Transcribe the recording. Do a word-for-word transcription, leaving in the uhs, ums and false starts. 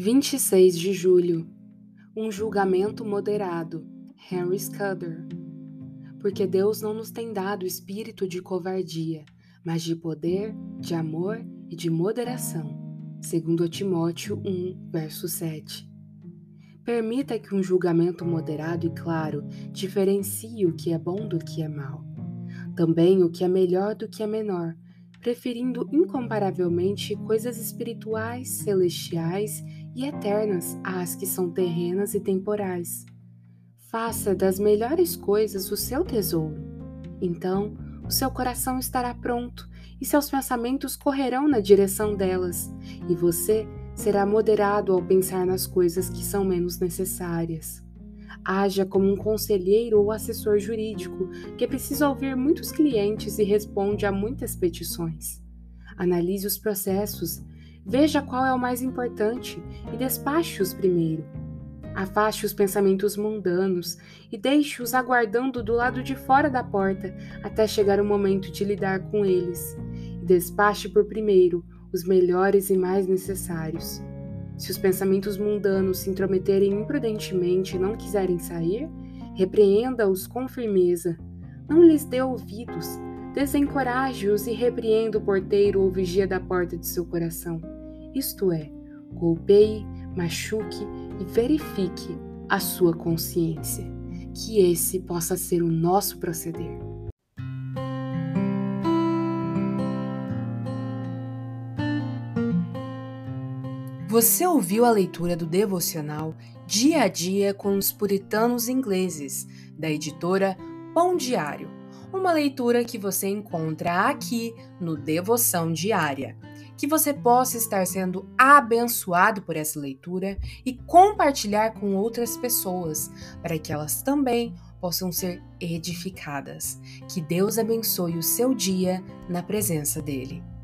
vinte e seis de julho. Um julgamento moderado. Henry Scudder. Porque Deus não nos tem dado espírito de covardia, mas de poder, de amor e de moderação. Segundo Timóteo um, verso sete. Permita que um julgamento moderado e claro diferencie o que é bom do que é mal. Também o que é melhor do que é menor, preferindo incomparavelmente coisas espirituais, celestiais e eternas às que são terrenas e temporais. Faça das melhores coisas o seu tesouro. Então, o seu coração estará pronto e seus pensamentos correrão na direção delas, e você será moderado ao pensar nas coisas que são menos necessárias. Haja como um conselheiro ou assessor jurídico que precisa ouvir muitos clientes e responde a muitas petições. Analise os processos, veja qual é o mais importante e despache-os primeiro. Afaste os pensamentos mundanos e deixe-os aguardando do lado de fora da porta até chegar o momento de lidar com eles. E despache por primeiro os melhores e mais necessários. Se os pensamentos mundanos se intrometerem imprudentemente e não quiserem sair, repreenda-os com firmeza. Não lhes dê ouvidos, desencoraje-os e repreenda o porteiro ou vigia da porta de seu coração. Isto é, golpeie, machuque e verifique a sua consciência. Que esse possa ser o nosso proceder. Você ouviu a leitura do devocional Dia a Dia com os Puritanos Ingleses, da editora Pão Diário, uma leitura que você encontra aqui no Devoção Diária. Que você possa estar sendo abençoado por essa leitura e compartilhar com outras pessoas, para que elas também possam ser edificadas. Que Deus abençoe o seu dia na presença dEle.